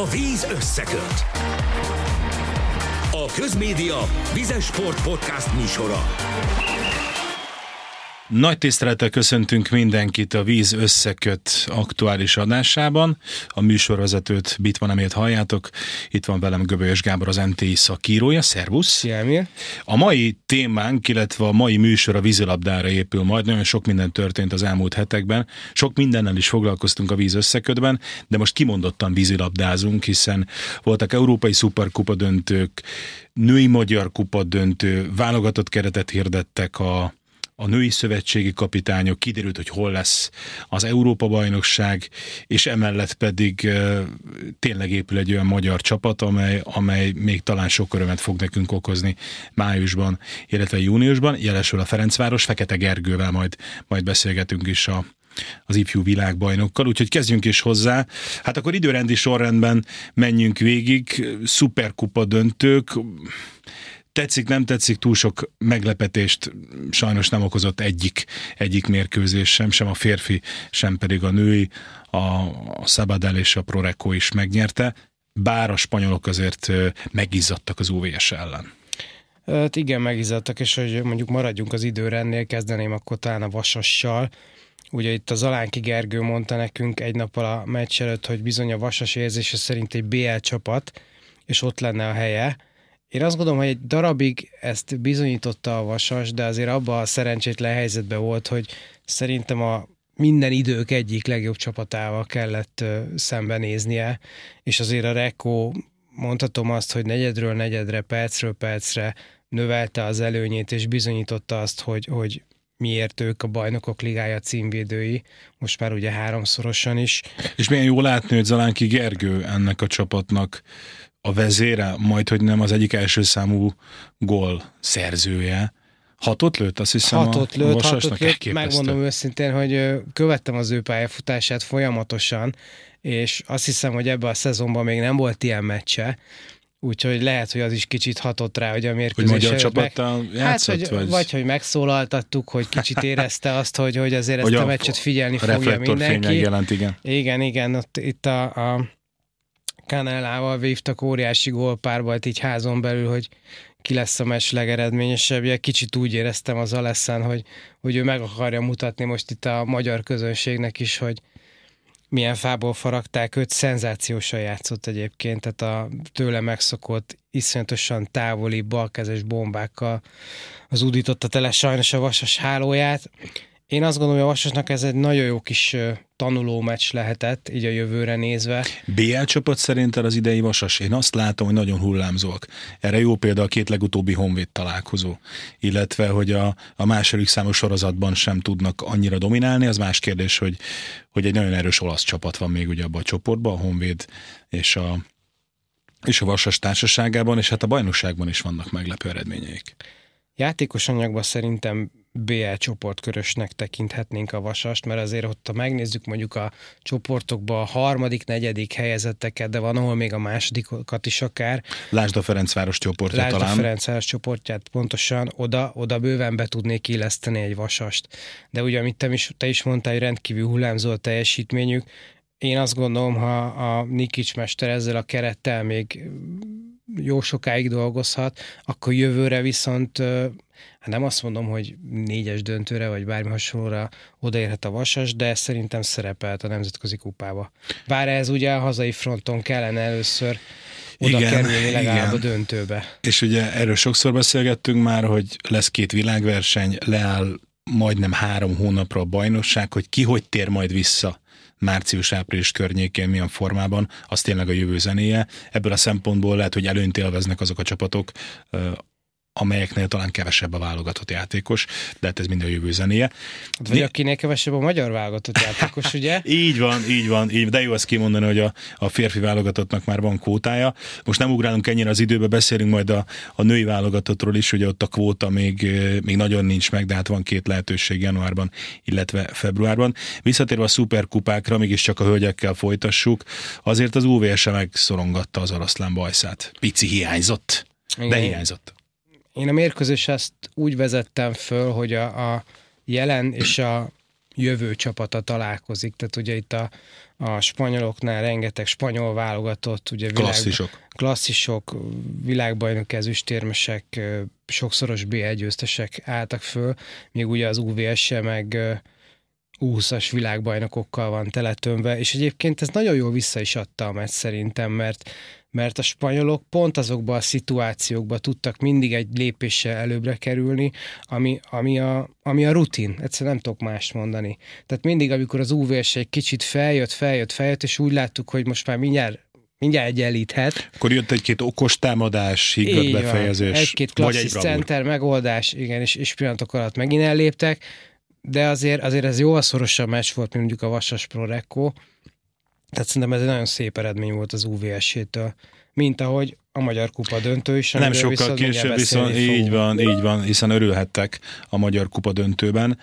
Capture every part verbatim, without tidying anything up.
A víz összeköt. A Közmédia Vizes Sport Podcast műsora. Nagy tisztelettel köszöntünk mindenkit a Víz összeköt aktuális adásában. A műsorvezetőt Bitman Emilt halljátok. Itt van velem Göbölyös Gábor, az em té i szakírója. Szervusz! Szia, Emil! A mai témánk, illetve a mai műsor a vízilabdára épül majd. Nagyon sok minden történt az elmúlt hetekben. Sok mindennel is foglalkoztunk a Víz összekötben, de most kimondottan vízilabdázunk, hiszen voltak európai szuperkupa döntők, női magyar kupa döntő, válogatott keretet hirdettek a a női szövetségi kapitányok, kiderült, hogy hol lesz az Európa-bajnokság, és emellett pedig e, tényleg épül egy olyan magyar csapat, amely, amely még talán sok örömet fog nekünk okozni májusban, illetve júniusban. Jelesül a Ferencváros, Fekete Gergővel majd, majd beszélgetünk is a az ifjú világbajnokkal, úgyhogy kezdjünk is hozzá. Hát akkor időrendi sorrendben menjünk végig, szuperkupa döntők. Tetszik, nem tetszik, túl sok meglepetést sajnos nem okozott egyik, egyik mérkőzés sem, sem a férfi, sem pedig a női. A, a Sabadell és a Proreco is megnyerte, bár a spanyolok azért megizzadtak az u vé es ellen. Hát igen, megizzadtak, és hogy mondjuk maradjunk az időrendnél, kezdeném akkor talán a Vasassal. Ugye itt az Alánki Gergő mondta nekünk egy nappal a meccs előtt, hogy bizony a Vasas érzése szerint egy bé el csapat, és ott lenne a helye. Én azt gondolom, hogy egy darabig ezt bizonyította a Vasas, de azért abban a szerencsétlen helyzetben volt, hogy szerintem a minden idők egyik legjobb csapatával kellett szembenéznie, és azért a Recco, mondhatom azt, hogy negyedről negyedre, percről percre növelte az előnyét, és bizonyította azt, hogy, hogy miért ők a Bajnokok Ligája címvédői, most már ugye háromszorosan is. És milyen jó látni, hogy Zalánki Gergő ennek a csapatnak a vezére, majd hogy nem az egyik első számú gól szerzője. Hatot lőtt, azt hiszem hatot a lőtt, Vasasnak, hatot lőtt. Megmondom őszintén, hogy követtem az ő pályafutását folyamatosan, és azt hiszem, hogy ebben a szezonban még nem volt ilyen meccse, úgyhogy lehet, hogy az is kicsit hatott rá, hogy a mérkőzés... Hogy magyar csapattal meg... játszott? Hát, vagy... vagy hogy megszólaltattuk, hogy kicsit érezte azt, hogy, hogy azért ezt hogy a, a meccset figyelni a fogja mindenki. Jelent, igen. Igen, igen, ott, itt a... a Canellával vívtak óriási gólpárbajt így házon belül, hogy ki lesz a meccs legeredményesebbje. Kicsit úgy éreztem az Alessán, hogy, hogy ő meg akarja mutatni most itt a magyar közönségnek is, hogy milyen fából faragták őt. Szenzációsan játszott egyébként, tehát a tőle megszokott, iszonyatosan távoli balkezes bombákkal az udította tele sajnos a Vasas hálóját. Én azt gondolom, hogy a Vasasnak ez egy nagyon jó kis tanuló meccs lehetett, így a jövőre nézve. bé el csapat szerinted az idei Vasas? Én azt látom, hogy nagyon hullámzóak. Erre jó példa a két legutóbbi Honvéd találkozó. Illetve, hogy a, a második számos sorozatban sem tudnak annyira dominálni. Az más kérdés, hogy, hogy egy nagyon erős olasz csapat van még ugye abban a csoportban, a Honvéd és a, és a Vasas társaságában, és hát a bajnokságban is vannak meglepő eredményeik. Játékos anyagban szerintem bé el csoportkörösnek tekinthetnénk a Vasast, mert azért ott, ha megnézzük mondjuk a csoportokban a harmadik, negyedik helyezetteket, de van, ahol még a másodikat is akár. Lásd a Ferencváros csoportját Lásd talán. Lásd a Ferencváros csoportját pontosan, oda, oda bőven be tudnék illeszteni egy Vasast. De ugye, amit te is, te is mondtál, hogy rendkívül hullámzó a teljesítményük, én azt gondolom, ha a Nikics mester ezzel a kerettel még jó sokáig dolgozhat, akkor jövőre viszont, hát nem azt mondom, hogy négyes döntőre, vagy bármi hasonlóra odaérhet a Vasas, de szerintem szerepelt a nemzetközi kupába. Bár ez ugye a hazai fronton kellene először oda igen, kerülni legalább igen. a döntőbe. És ugye erről sokszor beszélgettünk már, hogy lesz két világverseny, leáll majdnem három hónapra a bajnokság, hogy ki hogy tér majd vissza március-április környékén milyen formában, az tényleg a jövő zenéje. Ebből a szempontból lehet, hogy előnyt élveznek azok a csapatok, amelyeknél talán kevesebb a válogatott játékos, de hát ez mind a jövő zenéje. Vagy akinél kevesebb a magyar válogatott játékos, ugye? Így van, így van, így, de jó azt kimondani, hogy a, a férfi válogatottnak már van kvótája. Most nem ugrálunk ennyire az időbe, beszélünk majd a, a női válogatottról is, ugye ott a kvóta még, még nagyon nincs meg, de hát van két lehetőség januárban, illetve februárban. Visszatérve a szuperkupákra, mégiscsak a hölgyekkel folytassuk, azért az u vé es megszorongatta az oroszlán bajszát. Pici hiányzott, de igen. hiányzott. Én a mérkőzés ezt úgy vezettem föl, hogy a, a jelen és a jövő csapata találkozik. Tehát ugye itt a, a spanyoloknál rengeteg spanyol válogatott, ugye világ, klasszisok. klasszisok, világbajnok ezüstérmesek, sokszoros bé egy győztesek álltak föl, még ugye az u vé es-e meg u húszas világbajnokokkal van teletömve, és egyébként ez nagyon jól vissza is adta a meccs szerintem, mert, mert a spanyolok pont azokban a szituációkban tudtak mindig egy lépéssel előbbre kerülni, ami, ami, a, ami a rutin. Egyszerűen nem tudok mást mondani. Tehát mindig, amikor az u vé es egy kicsit feljött, feljött, feljött, és úgy láttuk, hogy most már mindjárt mindjárt egyenlíthet. Akkor jött egy-két okos támadás, higgadt befejezés. Egy-két klasszis egy center megoldás, igen, és, és pillanatok alatt megint elléptek, de azért, azért ez jóval szorosabb meccs volt, mint mondjuk a Vasas Pro Recco. Tehát szerintem ez egy nagyon szép eredmény volt az u vé es-től, mint ahogy a Magyar Kupa döntő is. Nem sokkal később viszont így van, így van, hiszen örülhettek a Magyar Kupa döntőben.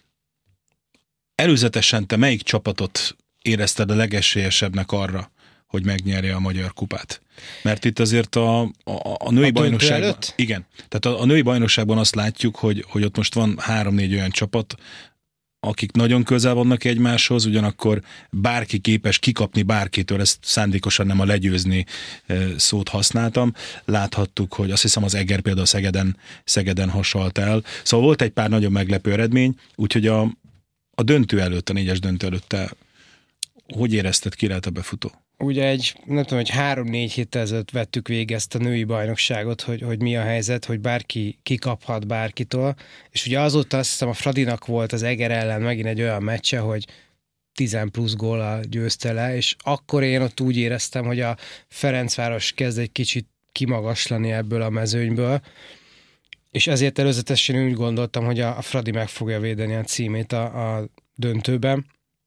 Előzetesen te melyik csapatot érezted a legesélyesebbnek arra, hogy megnyerje a Magyar Kupát? Mert itt azért a, a, a női a bajnokságban... Igen. Tehát a, a női bajnokságban azt látjuk, hogy, hogy ott most van három-négy olyan csapat, akik nagyon közel vannak egymáshoz, ugyanakkor bárki képes kikapni bárkitől, ezt szándékosan nem a legyőzni szót használtam. Láthattuk, hogy azt hiszem az Eger például Szegeden, Szegeden hasalt el. Szóval volt egy pár nagyon meglepő eredmény, úgyhogy a, a döntő előtt, a négyes döntő előtt hogy érezted, ki lehet a befutó? Ugye egy, nem tudom, hogy három-négy héttel ezelőtt vettük végig ezt a női bajnokságot, hogy, hogy mi a helyzet, hogy bárki kikaphat bárkitől, és ugye azóta azt hiszem a Fradinak volt az Eger ellen megint egy olyan meccse, hogy tíz plusz góllal győzte le, és akkor én ott úgy éreztem, hogy a Ferencváros kezd egy kicsit kimagaslani ebből a mezőnyből, és ezért előzetesen úgy gondoltam, hogy a, a Fradi meg fogja védeni a címét a, a döntőben.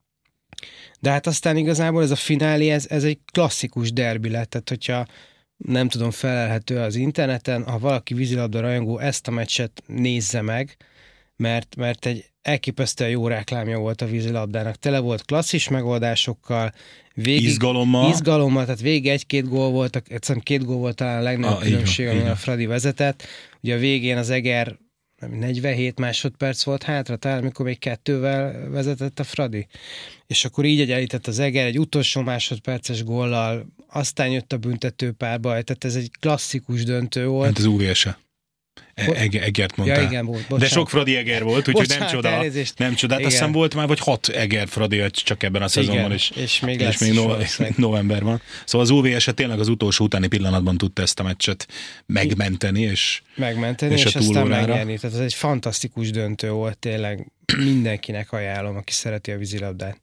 De hát aztán igazából ez a finálé, ez, ez egy klasszikus derbi lett, tehát hogyha nem tudom, felelhető az interneten, ha valaki vízilabda rajongó, ezt a meccset nézze meg, mert, mert egy elképesztően jó reklámja volt a vízilabdának. Tele volt klasszis megoldásokkal, végig, izgalommal. izgalommal, tehát végig egy-két gól volt, egyszerűen két gól volt talán a legnagyobb ah, különbség, amin a Fradi vezetett. Ugye a végén az Eger negyvenhét másodperc volt hátra, talán amikor még kettővel vezetett a Fradi. És akkor így egyenlített az Eger egy utolsó másodperces góllal, aztán jött a büntetőpárbaj, tehát ez egy klasszikus döntő volt. Hát az u vé es-e. Ege, Egert mondtál. Ja, igen, volt, de sok Fradi Eger volt, úgyhogy nem csoda. Elnézést. Nem csoda. Hát azt hiszem volt már, vagy hat Eger Fradi csak ebben a szezonban is. És még, és még no, novemberben. Szóval az u vé es tényleg az utolsó utáni pillanatban tudta ezt a meccset megmenteni, és megmenteni, és, és aztán megnyerni. Tehát ez egy fantasztikus döntő volt, tényleg mindenkinek ajánlom, aki szereti a vízilabdát.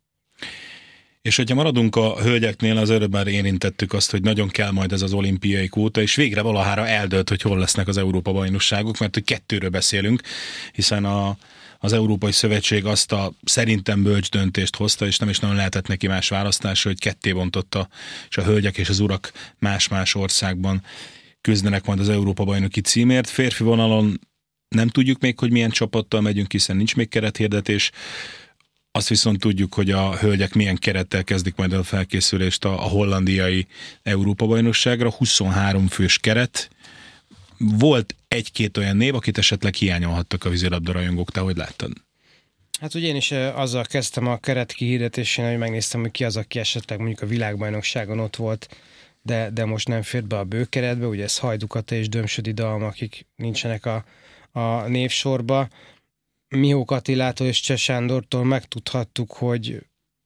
És hogyha maradunk a hölgyeknél, az előbb már érintettük azt, hogy nagyon kell majd ez az olimpiai kvóta, és végre valahára eldőlt, hogy hol lesznek az Európa-bajnokságok, mert hogy kettőről beszélünk, hiszen a, az Európai Szövetség azt a szerintem bölcs döntést hozta, és nem is nagyon lehetett neki más választása, hogy ketté bontotta, és a hölgyek és az urak más-más országban küzdenek majd az Európa-bajnoki címért. Férfi vonalon nem tudjuk még, hogy milyen csapattal megyünk, hiszen nincs még kerethirdetés. Azt viszont tudjuk, hogy a hölgyek milyen kerettel kezdik majd a felkészülést a, a hollandiai Európa-bajnokságra. huszonhárom fős keret. Volt egy-két olyan név, akit esetleg hiányolhattak a vízilabda rajongók. Te hogy láttad? Hát ugye én is azzal kezdtem a keret kihirdetésén, hogy megnéztem, hogy ki az, aki esetleg mondjuk a világbajnokságon ott volt, de, de most nem fért be a bőkeretbe. Ugye ez Hajduk Ata és Dömsödi Dalma, akik nincsenek a, a névsorba. Mihók Attilától és Cseh Sándortól megtudhattuk, hogy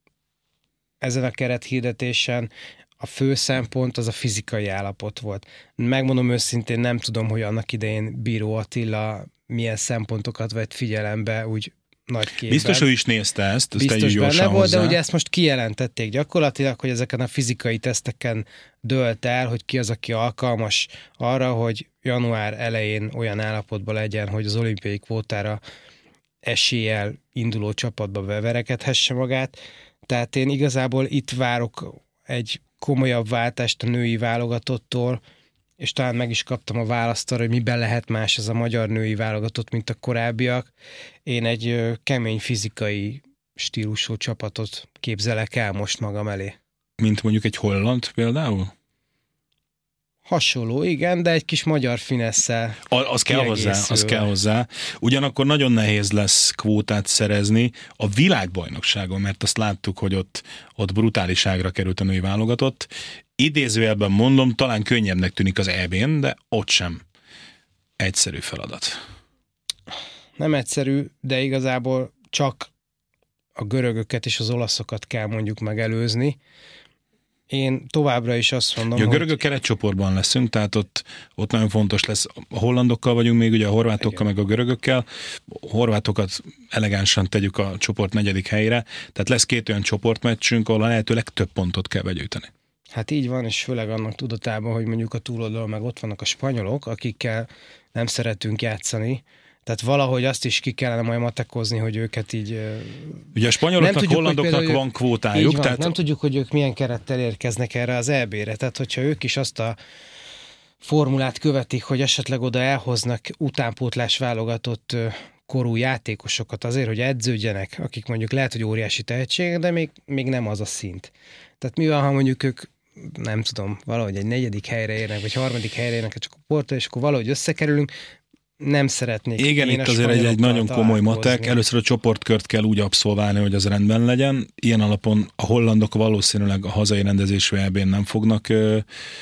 ezen a kerethirdetésen a fő szempont az a fizikai állapot volt. Megmondom őszintén, nem tudom, hogy annak idején Bíró Attila milyen szempontokat vett figyelembe, úgy nagy képben. Biztos ő is nézte ezt, ezt biztos benne volt, hozzá. De ugye ezt most kijelentették gyakorlatilag, hogy ezeken a fizikai teszteken dőlt el, hogy ki az, aki alkalmas arra, hogy január elején olyan állapotban legyen, hogy az olimpiai kvótára eséllyel induló csapatba beverekedhesse magát. Tehát én igazából itt várok egy komolyabb váltást a női válogatottól, és talán meg is kaptam a választ arra, hogy miben lehet más ez a magyar női válogatott, mint a korábbiak. Én egy kemény fizikai stílusú csapatot képzelek el most magam elé. Mint mondjuk egy holland például? Hasonló, igen, de egy kis magyar finesszel. Az kell hozzá, az kell hozzá. Ugyanakkor nagyon nehéz lesz kvótát szerezni a világbajnokságon, mert azt láttuk, hogy ott, ott brutáliságra került a női válogatott. Idézőjelben mondom, talán könnyebbnek tűnik az é bén, de ott sem egyszerű feladat. Nem egyszerű, de igazából csak a görögöket és az olaszokat kell mondjuk megelőzni. Én továbbra is azt mondom, ja, a görögök keretcsoportban leszünk, tehát ott, ott nagyon fontos lesz. A hollandokkal vagyunk még, ugye a horvátokkal, igen, meg a görögökkel. A horvátokat elegánsan tegyük a csoport negyedik helyre, tehát lesz két olyan csoportmeccsünk, ahol a lehető legtöbb pontot kell begyűjteni. Hát így van, és főleg annak tudatában, hogy mondjuk a túloldalon meg ott vannak a spanyolok, akikkel nem szeretünk játszani. Tehát valahogy azt is ki kellene majd matekozni, hogy őket így... Ugye a spanyoloknak, tudjuk, hollandoknak például, van kvótájuk. Van, tehát... Nem tudjuk, hogy ők milyen kerettel érkeznek erre az é bére. Tehát, hogyha ők is azt a formulát követik, hogy esetleg oda elhoznak utánpótlás válogatott korú játékosokat azért, hogy edződjenek, akik mondjuk lehet, hogy óriási tehetség, de még, még nem az a szint. Tehát mi van, ha mondjuk ők, nem tudom, valahogy egy negyedik helyre érnek, vagy harmadik helyre érnek csak a portra, és akkor valahogy összekerülünk, nem szeretnék. Igen, itt azért egy, egy nagyon komoly matek. Először a csoportkört kell úgy abszolválni, hogy az rendben legyen. Ilyen alapon a hollandok valószínűleg a hazai rendezésű é bén nem fognak ö,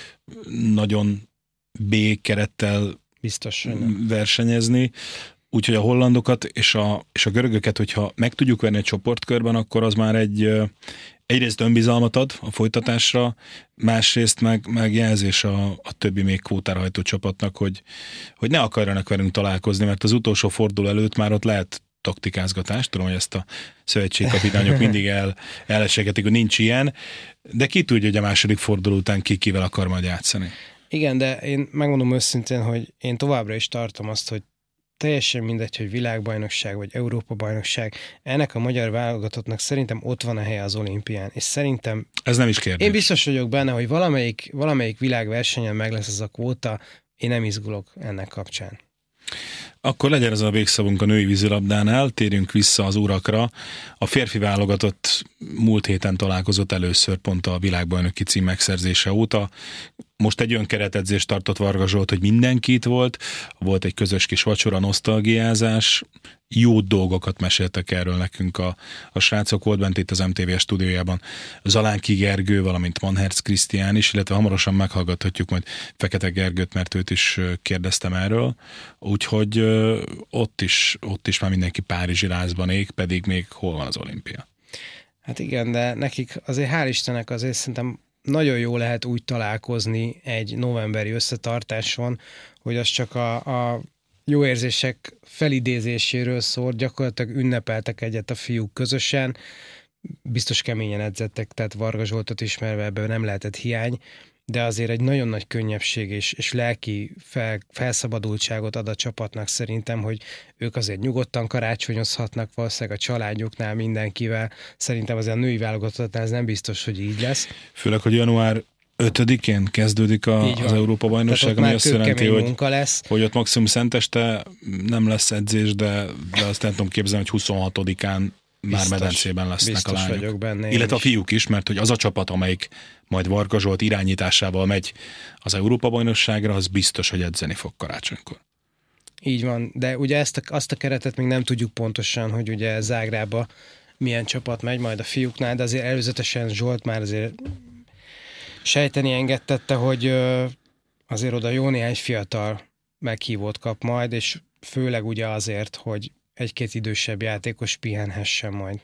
nagyon B kerettel biztos versenyezni. Úgyhogy a hollandokat és a, és a görögöket, hogyha meg tudjuk venni egy csoportkörben, akkor az már egy egyrészt önbizalmat ad a folytatásra, másrészt meg, meg jelzés a, a többi még kvótára hajtó csapatnak, hogy, hogy ne akarjanak velünk találkozni, mert az utolsó forduló előtt már ott lehet taktikázgatás. Tudom, hogy ezt a szövetségkapitányok mindig el, elesegetik, hogy nincs ilyen, de ki tudja, hogy a második forduló után ki kivel akar majd játszani. Igen, de én megmondom őszintén, hogy én továbbra is tartom azt, hogy teljesen mindegy, hogy világbajnokság vagy Európa-bajnokság, ennek a magyar válogatottnak szerintem ott van a helye az olimpián, és szerintem... Ez nem is kérdés. Én biztos vagyok benne, hogy valamelyik, valamelyik világversenyen meg lesz ez a kvóta, én nem izgulok ennek kapcsán. Akkor legyen ez a végszavunk a női vízilabdánál, térjünk vissza az urakra. A férfi válogatott múlt héten találkozott először pont a világbajnoki cím megszerzése óta. Most egy olyan keretedzést tartott Varga Zsolt, hogy mindenki itt volt, volt egy közös kis vacsora, nosztalgiázás, jó dolgokat meséltek erről nekünk a, a srácok, volt bent itt az em té vé stúdiójában Zalánki Gergő, valamint Manherz Krisztián is, illetve hamarosan meghallgathatjuk majd Fekete Gergőt, mert őt is kérdeztem erről, úgyhogy ott is, ott is már mindenki párizsi lázban ég, pedig még hol van az olimpia. Hát igen, de nekik azért hál' Istennek azért szerintem nagyon jó lehet úgy találkozni egy novemberi összetartáson, hogy az csak a, a jó érzések felidézéséről szól, gyakorlatilag ünnepeltek egyet a fiúk közösen, biztos keményen edzettek, tehát Varga Zsoltot ismerve ebből nem lehetett hiány, de azért egy nagyon nagy könnyebbség és, és lelki fel, felszabadultságot ad a csapatnak szerintem, hogy ők azért nyugodtan karácsonyozhatnak, valószínűleg a családjuknál mindenkivel. Szerintem azért a női válogatottnál ez nem biztos, hogy így lesz. Főleg, hogy január ötödikén kezdődik a, az Európa-bajnokság, ami azt jelenti, hogy, hogy ott maximum szenteste nem lesz edzés, de, de azt nem tudom képzelni, hogy huszonhatodikán már medencében lesznek a lányok. Benne, illetve a fiúk is, mert hogy az a csapat, amelyik majd Varga Zsolt irányításával megy az Európa-bajnokságra, az biztos, hogy edzeni fog karácsonykor. Így van, de ugye ezt a, azt a keretet még nem tudjuk pontosan, hogy ugye Zágrába milyen csapat megy majd a fiúknál, de azért előzetesen Zsolt már azért sejteni engedtette, hogy azért oda jó néhány fiatal meghívót kap majd, és főleg ugye azért, hogy egy-két idősebb játékos pihenhessen majd.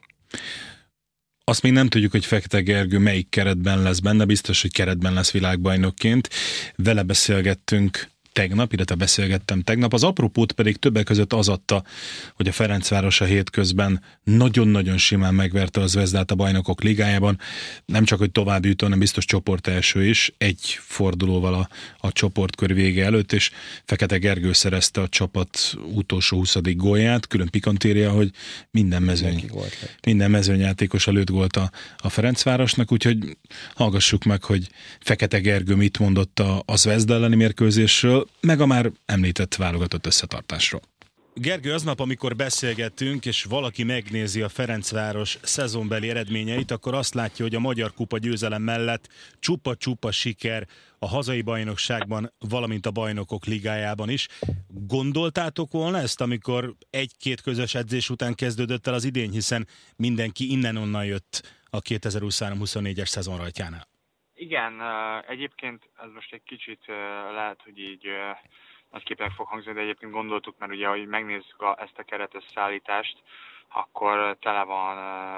Azt még nem tudjuk, hogy Fekete Gergő melyik keretben lesz benne, biztos, hogy keretben lesz világbajnokként. Vele beszélgettünk tegnap, illetve beszélgettem tegnap. Az apropót pedig többek között az adta, hogy a Ferencváros a hétközben nagyon-nagyon simán megverte az Zvezdát a Bajnokok Ligájában. Nem csak, hogy tovább jutó, hanem biztos csoport első is, egy fordulóval a, a csoportkör vége előtt, és Fekete Gergő szerezte a csapat utolsó huszadik gólját, külön pikantéria, hogy minden mezőny, minden mezőnyjátékos előtt gólt a, a Ferencvárosnak, úgyhogy hallgassuk meg, hogy Fekete Gergő mit mondott a, a Zvezda elleni mérkőzésről, meg a már említett válogatott összetartásról. Gergő, aznap, amikor beszélgettünk, és valaki megnézi a Ferencváros szezonbeli eredményeit, akkor azt látja, hogy a Magyar Kupa győzelem mellett csupa-csupa siker a hazai bajnokságban, valamint a Bajnokok Ligájában is. Gondoltátok volna ezt, amikor egy-két közös edzés után kezdődött el az idény, hiszen mindenki innen-onnan jött a kétezer-huszonhárom-huszonnégyes szezon rajtjánál? Igen, egyébként ez most egy kicsit lehet, hogy így nagyképpen fog hangzni, de egyébként gondoltuk, mert ugye, hogy megnézzük a, ezt a keretösszeállítást, akkor tele van,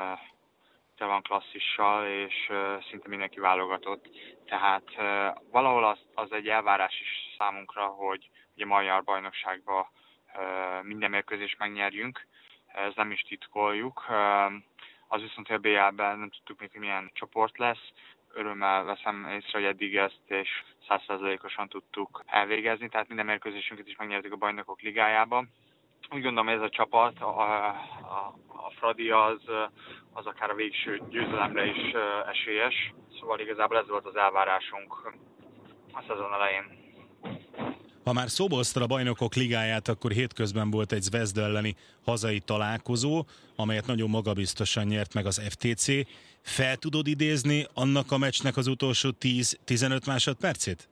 tele van klasszissal, és szinte mindenki válogatott. Tehát valahol az, az egy elvárás is számunkra, hogy ugye magyar bajnokságban minden mérkőzést megnyerjünk, ez nem is titkoljuk. Az viszont a bé el-ben nem tudtuk még, hogy milyen csoport lesz. Örömmel veszem észre, hogy eddig ezt és száz százalékosan tudtuk elvégezni, tehát minden mérkőzésünket is megnyertük a Bajnokok Ligájában. Úgy gondolom, hogy ez a csapat, a, a, a Fradi az, az akár a végső győzelemre is esélyes, szóval igazából ez volt az elvárásunk a szezon elején. Ha már szóba hoztad a Bajnokok Ligáját, akkor hétközben volt egy Zvezda elleni hazai találkozó, amelyet nagyon magabiztosan nyert meg az ef té cé. Fel tudod idézni annak a meccsnek az utolsó tíz-tizenöt másodpercét?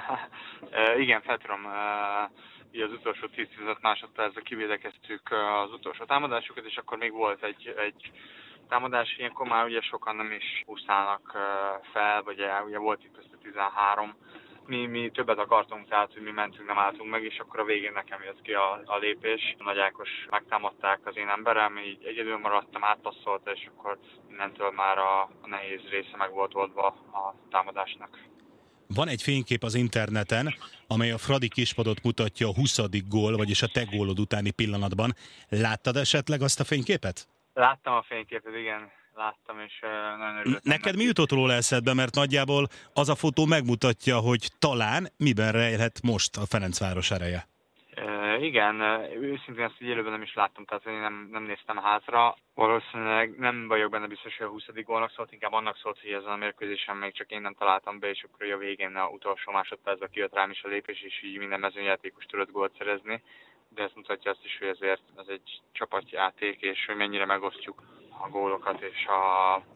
Igen, fel tudom. Ugye az utolsó tíz-tizenöt másodpercben kivédekeztük az utolsó támadásukat, és akkor még volt egy, egy támadás, ilyenkor már ugye sokan nem is húztának fel, vagy ugye volt itt ezt a tizenhárom. Mi, mi többet akartunk, tehát hogy mi mentünk, nem álltunk meg, és akkor a végén nekem jött ki a, a lépés. Nagy Ákos megtámadták az én emberem, így egyedül maradtam, átpasszolta, és akkor innentől már a, a nehéz része meg volt oldva a támadásnak. Van egy fénykép az interneten, amely a Fradi kispadot mutatja a huszadik gól, vagyis a te gólod utáni pillanatban. Láttad esetleg azt a fényképet? Láttam a fényképet, igen. Láttam, és nagyon örültem. Neked mi jutott róla eszedbe, mert nagyjából az a fotó megmutatja, hogy talán miben rejlhet most a Ferencváros ereje? E, igen, őszintén ezt így élőben nem is láttam, tehát én nem, nem néztem hátra. Valószínűleg nem vagyok benne biztos, hogy a huszadik gólnak szólt, inkább annak szólt, hogy ezen a mérkőzésen még csak én nem találtam be, és akkor a végén a utolsó másodpercben kijött rám is a lépés, és így minden mezőnyjátékos tudott gólt szerezni. De ez mutatja azt is, hogy ezért ez egy csapatjáték, és hogy mennyire megosztjuk a gólokat, és a...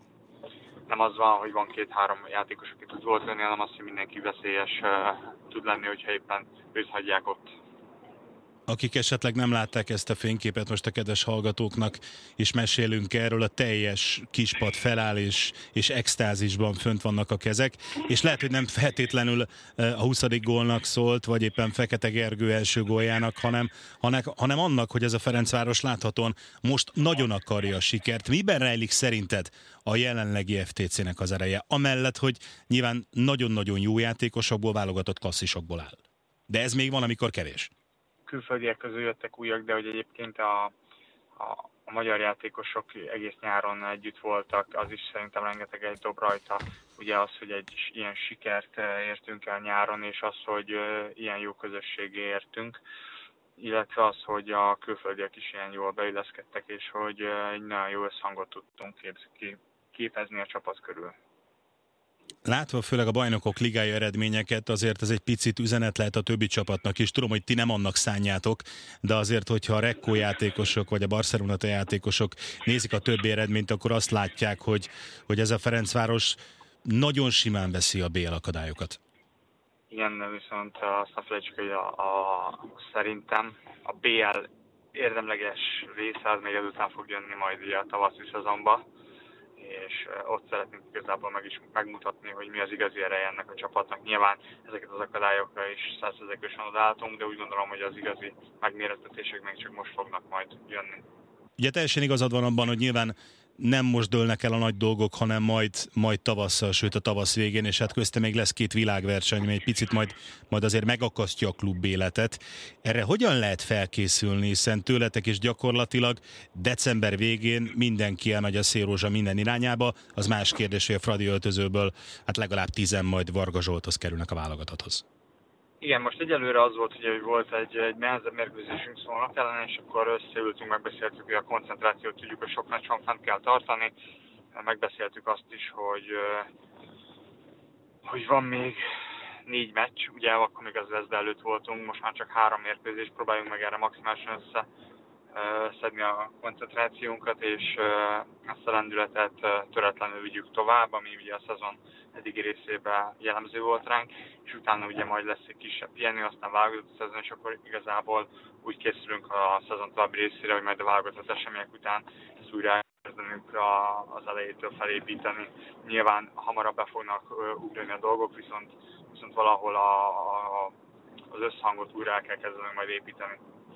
nem az van, hogy van két-három játékos, aki tud gólt lőni, hanem az, hogy mindenki veszélyes uh, tud lenni, hogyha éppen őt hagyják ott. Akik esetleg nem látták ezt a fényképet, most a kedves hallgatóknak is mesélünk erről, a teljes kispad feláll és, és extázisban fönt vannak a kezek, és lehet, hogy nem feltétlenül a huszadik gólnak szólt, vagy éppen Fekete Gergő első góljának, hanem, hanem, hanem annak, hogy ez a Ferencváros láthatóan most nagyon akarja a sikert. Miben rejlik szerinted a jelenlegi ef té cének az ereje? Amellett, hogy nyilván nagyon-nagyon jó játékosokból, válogatott klasszisokból áll. De ez még van, amikor kevés. Külföldiek közül jöttek újak, de hogy egyébként a, a, a magyar játékosok egész nyáron együtt voltak, az is szerintem rengeteg egy dob rajta. Ugye az, hogy egy ilyen sikert értünk el nyáron, és az, hogy ilyen jó közösségé értünk, illetve az, hogy a külföldiek is ilyen jól beilleszkedtek, és hogy egy nagyon jó összhangot tudtunk képezni a csapat körül. Látva főleg a Bajnokok Ligája eredményeket, azért ez egy picit üzenet lehet a többi csapatnak is. Tudom, hogy ti nem annak szánjátok, de azért, hogyha a Rekko játékosok vagy a Barcelona játékosok nézik a többi eredményt, akkor azt látják, hogy, hogy ez a Ferencváros nagyon simán veszi a bé el akadályokat. Igen, viszont azt ne felejtsük, hogy a, a, szerintem a bé el érdemleges része az még ezután fog jönni majd a tavaszi szezonba, és ott szeretnénk igazából meg is megmutatni, hogy mi az igazi ereje ennek a csapatnak. Nyilván ezeket az akadályokra is száz százalékosan odaálltunk, de úgy gondolom, hogy az igazi megmérettetések még csak most fognak majd jönni. Ugye teljesen igazad van abban, hogy nyilván nem most dőlnek el a nagy dolgok, hanem majd, majd tavasszal, sőt a tavasz végén, és hát közte még lesz két világverseny, ami egy picit majd, majd azért megakasztja a klub életet. Erre hogyan lehet felkészülni, hiszen tőletek is gyakorlatilag december végén mindenki elmegy a szélrózsa minden irányába, az más kérdés, hogy a Fradi öltözőből hát legalább tizen majd Varga Zsolthoz kerülnek a válogatotthoz. Igen, most egyelőre az volt, hogy volt egy, egy nehezebb mérkőzésünk Szolnok ellen, és akkor összeültünk, megbeszéltük, hogy a koncentrációt tudjuk, hogy sok meccson fent kell tartani. Megbeszéltük azt is, hogy, hogy van még négy meccs, ugye akkor még az Zvezda előtt voltunk, most már csak három mérkőzés, próbáljunk meg erre maximálisan össze szedni a koncentrációnkat, és ezt a lendületet töretlenül vigyük tovább, ami ugye a szezon eddigi részében jellemző volt ránk, és utána ugye majd lesz egy kisebb pihenő, aztán válogatott a szezon, és akkor igazából úgy készülünk a szezon további részére, hogy majd a válogatott események után ezt újra kezdenünk az elejétől felépíteni. Nyilván hamarabb be fognak ugrani a dolgok, viszont, viszont valahol a, a, az összhangot újra el kell kezdenünk majd építeni.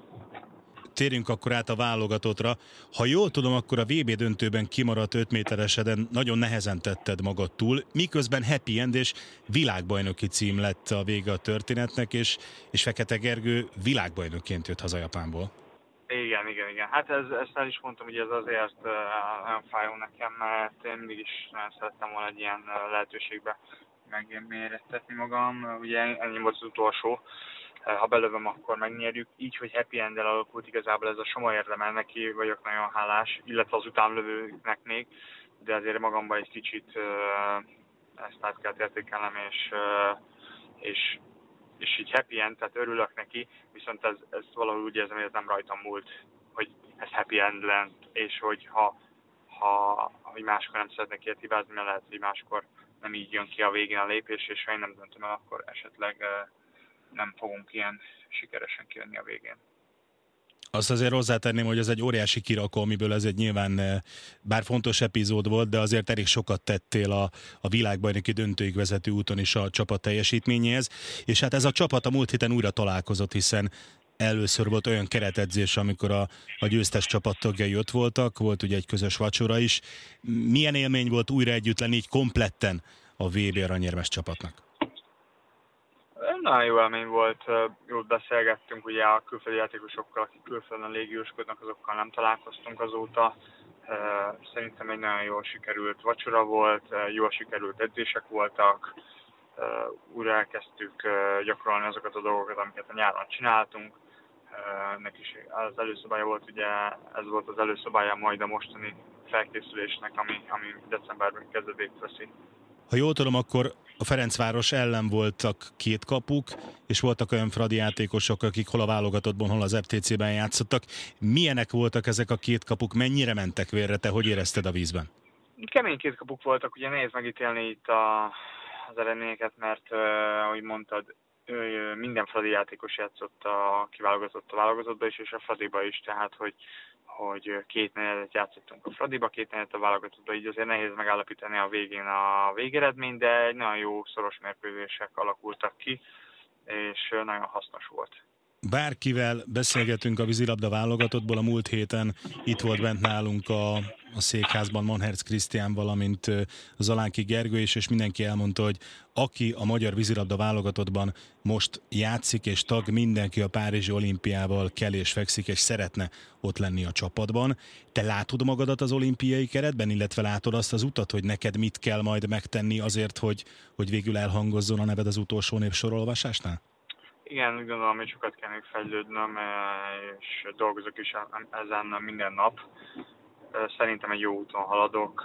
Térjünk akkor át a válogatottra. Ha jól tudom, akkor a vé bé döntőben kimaradt öt métereseden nagyon nehezen tetted magad túl, miközben happy end és világbajnoki cím lett a vége a történetnek, és, és Fekete Gergő világbajnokként jött haza Japánból. Igen, igen, igen. Hát ez, ezt el is mondtam, hogy ez azért uh, nagyon fájó nekem, mert én mindig is nagyon szerettem volna egy ilyen uh, lehetőségbe megmérettetni magam. Ugye ennyi volt az utolsó. Ha belövöm, akkor megnyerjük. Így, hogy happy end-el alakult, igazából ez a soma érdemel, neki vagyok nagyon hálás, illetve az utánlövőknek még, de azért magamban egy kicsit uh, ezt át kell értékelnem, és, uh, és, és így happy end, tehát örülök neki, viszont ez, ez valahogy úgy érzem, hogy ez nem rajtam múlt, hogy ez happy end lent, és hogy ha, ha hogy máskor nem szeretnék ilyet hibázni, mert lehet, hogy máskor nem így jön ki a végén a lépés, és ha én nem döntöm el, akkor esetleg uh, nem fogunk ilyen sikeresen kijönni a végén. Azt azért hozzátenném, hogy ez egy óriási kirakó, amiből ez egy nyilván bár fontos epizód volt, de azért elég sokat tettél a, a világbajnoki döntőig vezető úton is a csapat teljesítményéhez. És hát ez a csapat a múlt héten újra találkozott, hiszen először volt olyan keretedzés, amikor a, a győztes csapat tagjai ott voltak, volt ugye egy közös vacsora is. Milyen élmény volt újra együtt lenni így kompletten a vé bé aranyérmes csapatnak? Nagyon jó élmény volt, jól beszélgettünk ugye a külföldi játékosokkal, akik külföldön légióskodnak, azokkal nem találkoztunk azóta. Szerintem egy nagyon jól sikerült vacsora volt, jól sikerült edzések voltak, újra elkezdtük gyakorolni azokat a dolgokat, amiket a nyáron csináltunk. Ennek is az előszobája volt, ugye ez volt az előszobája majd a mostani felkészülésnek, ami, ami decemberben kezdetét veszi. Ha jól tudom, akkor a Ferencváros ellen voltak két kapuk, és voltak olyan fradi játékosok, akik hol a válogatottban, hol az ef té cében játszottak. Milyenek voltak ezek a két kapuk? Mennyire mentek vérre? Te hogy érezted a vízben? Kemény két kapuk voltak, ugye nehéz megítélni itt a, az eredményeket, mert uh, ahogy mondtad, uh, minden fradi játékos játszott a kiválogatott a válogatottba is, és a fradiba is, tehát hogy hogy két negyedet játszottunk a fradiba, két negyedet a válogatottba, így azért nehéz megállapítani a végén a végeredményt, de egy nagyon jó szoros mérkőzések alakultak ki, és nagyon hasznos volt. Bárkivel beszélgetünk a vízilabda válogatottból, a múlt héten itt volt bent nálunk a, a székházban Monherz Krisztián, valamint Zalánki Gergő is, és mindenki elmondta, hogy aki a magyar vízilabda válogatottban most játszik és tag, mindenki a Párizsi olimpiával kell és fekszik, és szeretne ott lenni a csapatban. Te látod magadat az olimpiai keretben, illetve látod azt az utat, hogy neked mit kell majd megtenni azért, hogy, hogy végül elhangozzon a neved az utolsó népsorolvasásnál? Igen, úgy gondolom, hogy sokat kell még fejlődnöm, és dolgozok is ezen minden nap. Szerintem egy jó úton haladok,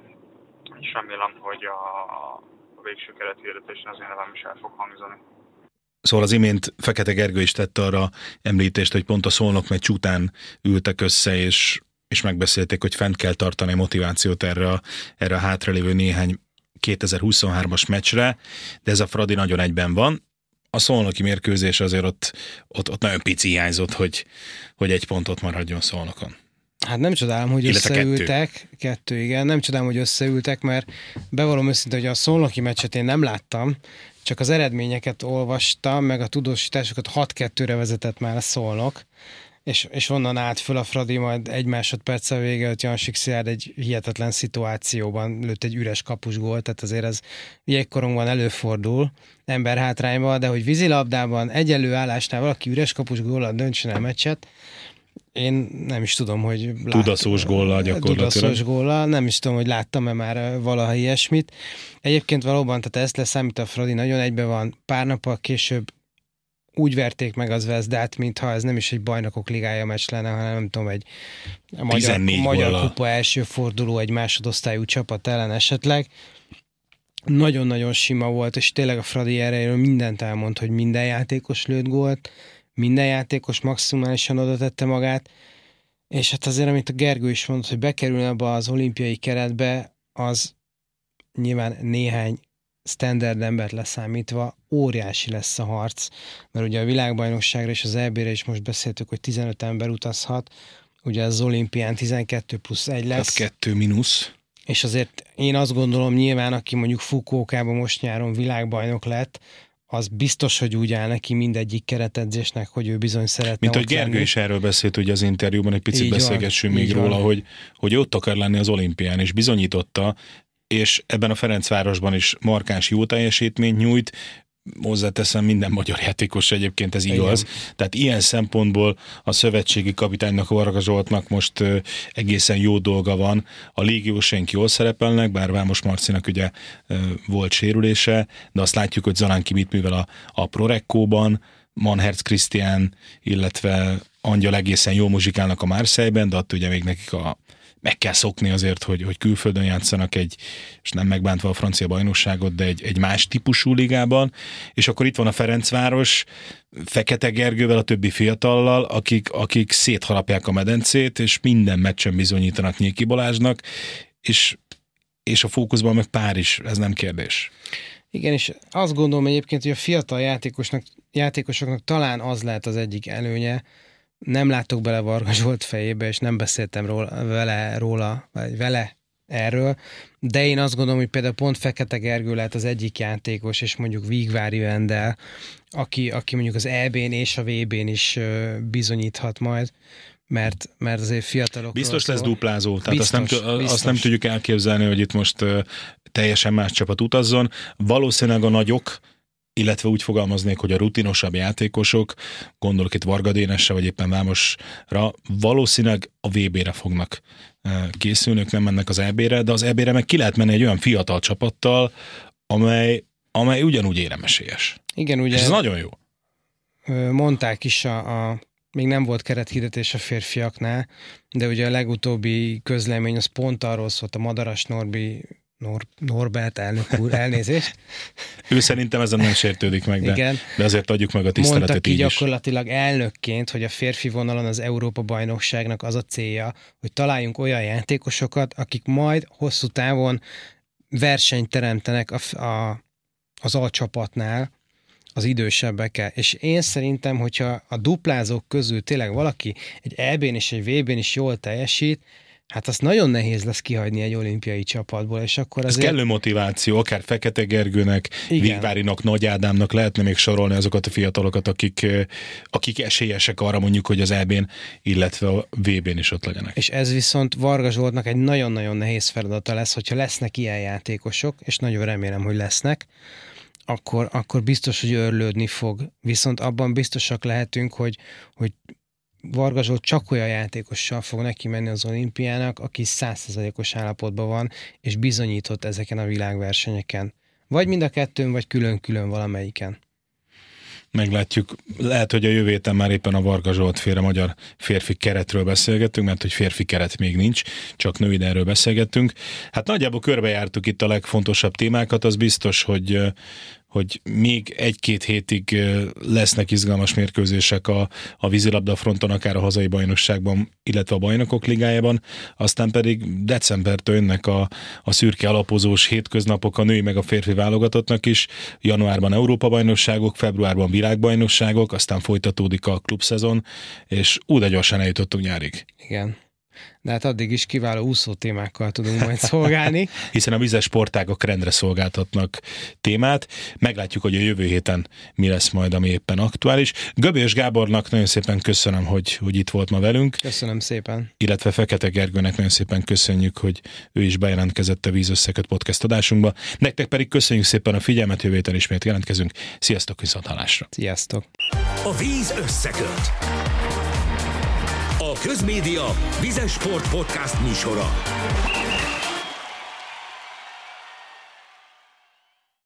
és remélem, hogy a, a végső kerethirdetésén az én nevem is el fog hangzani. Szóval az imént Fekete Gergő is tette arra említést, hogy pont a Szolnok meccs után ültek össze, és, és megbeszélték, hogy fent kell tartani a motivációt erre a, erre a hátralévő néhány kétezer-huszonhármas meccsre, de ez a Fradi nagyon egyben van. A szolnoki mérkőzés azért ott, ott, ott nagyon pici hiányzott, hogy, hogy egy pontot maradjon Szolnokon. Hát nem csodálom, hogy Illetve összeültek. Kettő. kettő, igen. Nem csodálom, hogy összeültek, mert bevallom őszintén, hogy a szolnoki meccset én nem láttam, csak az eredményeket olvastam, meg a tudósításokat hat kettőre vezetett már a Szolnok, és, és onnan állt föl a Fradi, majd egy másodperccel vége előtt Jansik Szilárd egy hihetetlen szituációban lőtt egy üres kapusgólt, tehát azért ez jégkorongban előfordul ember hátrányban, de hogy vízilabdában egyenlő állásnál valaki üres kapusgóllal döntsön el meccset, én nem is tudom, hogy... Tudaszós góllal gyakorlatilag. Tudaszós góllal, nem is tudom, hogy láttam-e már valaha ilyesmit. Egyébként valóban, tehát ezt leszámít a Fradi, nagyon egybe van, pár nappal később úgy verték meg az Vezdát, mintha ez nem is egy bajnokok ligája meccs lenne, hanem nem tudom, egy magyar, magyar kupa első forduló egy másodosztályú csapat ellen esetleg. Nagyon-nagyon sima volt, és tényleg a Fradi erejéről mindent elmond, hogy minden játékos lőtt gólt, minden játékos maximálisan oda tette magát, És hát azért, amit a Gergő is mondott, hogy bekerülne abba az olimpiai keretbe, az nyilván néhány standard embert leszámítva óriási lesz a harc, mert ugye a világbajnokságra és az é bé-re is most beszéltük, hogy tizenöt ember utazhat, ugye az olimpián tizenkettő plusz egy lesz. Tehát kettő mínusz. És azért én azt gondolom nyilván, aki mondjuk Fukuokában most nyáron világbajnok lett, az biztos, hogy úgy áll neki mindegyik keretedzésnek, hogy ő bizony szeretne. Mint hogy Gergő lenni. is erről beszélt ugye az interjúban, egy picit így beszélgessünk van, még róla, van. hogy, hogy ott akar lenni az olimpián, és bizonyította, és ebben a Ferencvárosban is markáns jó teljesítményt nyújt, hozzáteszem, minden magyar játékos egyébként ez igaz. Igen. Tehát ilyen szempontból a szövetségi kapitánynak, Varga Zsoltnak most uh, egészen jó dolga van. A légiósaink jól szerepelnek, bár Vámos Marcinak ugye uh, volt sérülése, de azt látjuk, hogy Zalánki mit művel a, a Prorekkóban, Manherz Krisztián, illetve Angyal egészen jól muzsikálnak a Marseille-ben, de ott ugye még nekik a meg kell szokni azért, hogy, hogy külföldön játszanak egy, és nem megbántva a francia bajnokságot, de egy, egy más típusú ligában, és akkor itt van a Ferencváros, Fekete Gergővel, a többi fiatallal, akik, akik szétharapják a medencét, és minden meccsen bizonyítanak Nyéki Balázsnak, és, és a fókuszban meg Párizs, ez nem kérdés. Igen, és azt gondolom egyébként, hogy a fiatal játékosnak, játékosoknak talán az lehet az egyik előnye, nem látok bele Varga Zsolt fejébe, és nem beszéltem róla, vele, róla, vagy vele erről, de én azt gondolom, hogy például pont Fekete Gergő lehet az egyik játékos, és mondjuk Vigvári Vendel, aki, aki mondjuk az é bén és a vé bén is bizonyíthat majd, mert, mert azért fiatalokról biztos lesz duplázó, tehát biztos, azt, nem, biztos. azt nem tudjuk elképzelni, hogy itt most uh, teljesen más csapat utazzon. Valószínűleg a nagyok, illetve úgy fogalmaznék, hogy a rutinosabb játékosok, gondolok itt Varga Dénesre, vagy éppen Vámosra, valószínűleg a vé bére fognak készülni, ők nem mennek az é bére, de az é bére meg ki lehet menni egy olyan fiatal csapattal, amely, amely ugyanúgy éremesélyes. Igen, ugye. És ez nagyon jó. Mondták is, a, a, még nem volt kerethirdetés a férfiaknál, de ugye a legutóbbi közlemény az pont arról szólt, a Madaras Norbi Nor- Norbert elnök úr, elnézést. Ő szerintem ezen nem sértődik meg, de, igen. de azért adjuk meg a tiszteletet. Mondta ki így gyakorlatilag elnökként, hogy a férfi vonalon az Európa-bajnokságnak az a célja, hogy találjunk olyan játékosokat, akik majd hosszú távon versenyt teremtenek a, a, az alcsapatnál az idősebbekkel. És én szerintem, hogyha a duplázók közül tényleg valaki egy é bén és egy vé bén is jól teljesít, hát azt nagyon nehéz lesz kihagyni egy olimpiai csapatból, és akkor azért... Ez kellő motiváció, akár Fekete Gergőnek, Vigvárinak, Nagy Ádámnak lehetne még sorolni azokat a fiatalokat, akik, akik esélyesek arra mondjuk, hogy az é bén, illetve a vé bén is ott legyenek. És ez viszont Varga Zsoltnak egy nagyon-nagyon nehéz feladata lesz, hogyha lesznek ilyen játékosok, és nagyon remélem, hogy lesznek, akkor, akkor biztos, hogy örlődni fog. Viszont abban biztosak lehetünk, hogy, hogy Varga Zsolt csak olyan játékossal fog neki menni az olimpiának, aki száz százalékos állapotban van, és bizonyított ezeken a világversenyeken. Vagy mind a kettőn, vagy külön-külön valamelyiken. Meglátjuk. Lehet, hogy a jövő héten már éppen a Varga Zsolt féle magyar férfi keretről beszélgettünk, mert hogy férfi keret még nincs, csak női erről beszélgettünk. Hát nagyjából körbejártuk itt a legfontosabb témákat, az biztos, hogy hogy még egy-két hétig lesznek izgalmas mérkőzések a, a vízilabda fronton, akár a hazai bajnokságban, illetve a Bajnokok Ligájában, aztán pedig decembertől jönnek a, a szürke alapozós hétköznapok a női meg a férfi válogatottnak is, januárban Európa-bajnokságok, februárban világbajnokságok, aztán folytatódik a klubszezon, és úgy de gyorsan eljutottunk nyárig. Igen. De hát addig is kiváló úszó témákkal tudunk majd szolgálni. Hiszen a vizes sportágok rendre szolgáltatnak témát. Meglátjuk, hogy a jövő héten mi lesz majd, ami éppen aktuális. Göbölyös Gábornak nagyon szépen köszönöm, hogy, hogy itt volt ma velünk. Köszönöm szépen. Illetve Fekete Gergőnek nagyon szépen köszönjük, hogy ő is bejelentkezett a Víz Összeköt podcast adásunkba. Nektek pedig köszönjük szépen a figyelmet, jövő héten ismét jelentkezünk. Sziasztok, viszonthallásra. Sziasztok. A Víz Összeköt. A Közmédia Vizes Sport Podcast műsora.